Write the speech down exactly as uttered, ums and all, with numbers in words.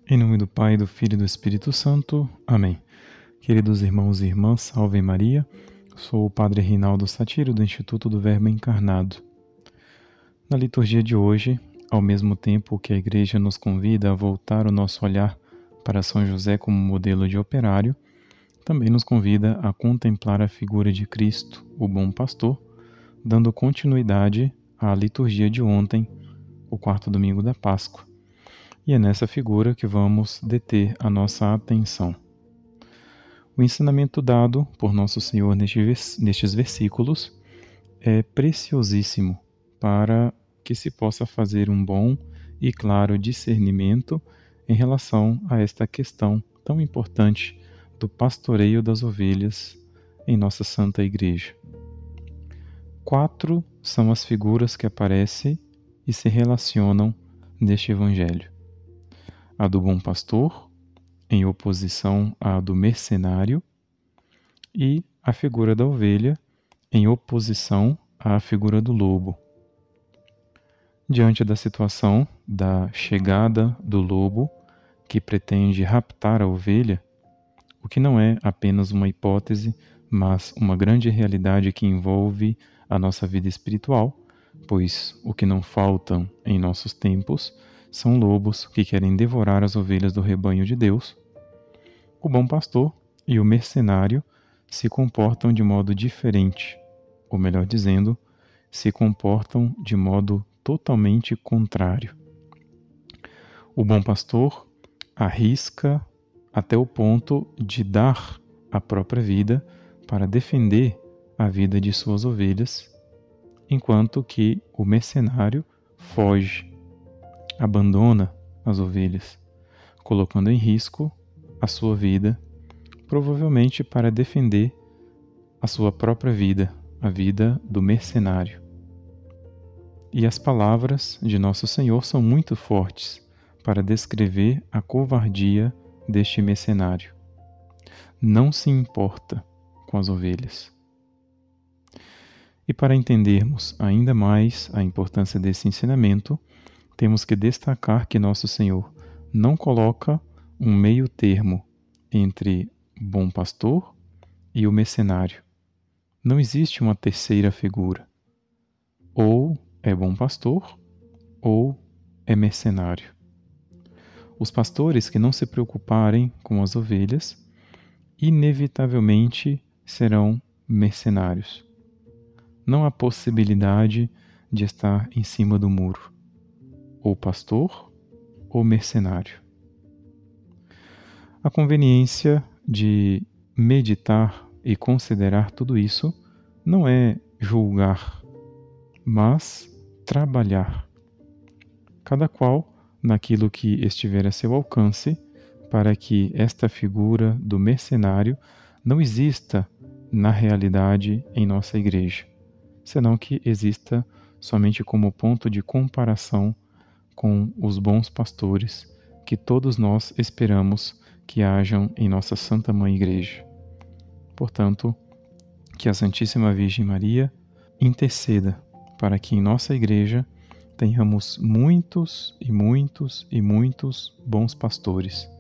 Em nome do Pai, do Filho e do Espírito Santo. Amém. Queridos irmãos e irmãs, salve Maria. Sou o Padre Rinaldo Satiro, do Instituto do Verbo Encarnado. Na liturgia de hoje, ao mesmo tempo que a Igreja nos convida a voltar o nosso olhar para São José como modelo de operário, também nos convida a contemplar a figura de Cristo, o bom pastor, dando continuidade à liturgia de ontem, o quarto domingo da Páscoa. E é nessa figura que vamos deter a nossa atenção. O ensinamento dado por Nosso Senhor nestes versículos é preciosíssimo para que se possa fazer um bom e claro discernimento em relação a esta questão tão importante do pastoreio das ovelhas em nossa Santa Igreja. Quatro são as figuras que aparecem e se relacionam neste Evangelho. A do bom pastor, em oposição à do mercenário, e a figura da ovelha, em oposição à figura do lobo. Diante da situação da chegada do lobo, que pretende raptar a ovelha, o que não é apenas uma hipótese, mas uma grande realidade que envolve a nossa vida espiritual, pois o que não faltam em nossos tempos são lobos que querem devorar as ovelhas do rebanho de Deus. O bom pastor e o mercenário se comportam de modo diferente, ou melhor dizendo, se comportam de modo totalmente contrário. O bom pastor arrisca até o ponto de dar a própria vida para defender a vida de suas ovelhas, enquanto que o mercenário foge, abandona as ovelhas, colocando em risco a sua vida, provavelmente para defender a sua própria vida, a vida do mercenário. E as palavras de Nosso Senhor são muito fortes para descrever a covardia deste mercenário. Não se importa com as ovelhas. E para entendermos ainda mais a importância desse ensinamento, temos que destacar que Nosso Senhor não coloca um meio termo entre bom pastor e o mercenário. Não existe uma terceira figura. Ou é bom pastor, ou é mercenário. Os pastores que não se preocuparem com as ovelhas, inevitavelmente serão mercenários. Não há possibilidade de estar em cima do muro. Ou pastor, ou mercenário. A conveniência de meditar e considerar tudo isso não é julgar, mas trabalhar. Cada qual naquilo que estiver a seu alcance, para que esta figura do mercenário não exista na realidade em nossa igreja, senão que exista somente como ponto de comparação com os bons pastores que todos nós esperamos que hajam em nossa Santa Mãe Igreja. Portanto, que a Santíssima Virgem Maria interceda para que em nossa Igreja tenhamos muitos e muitos e muitos bons pastores,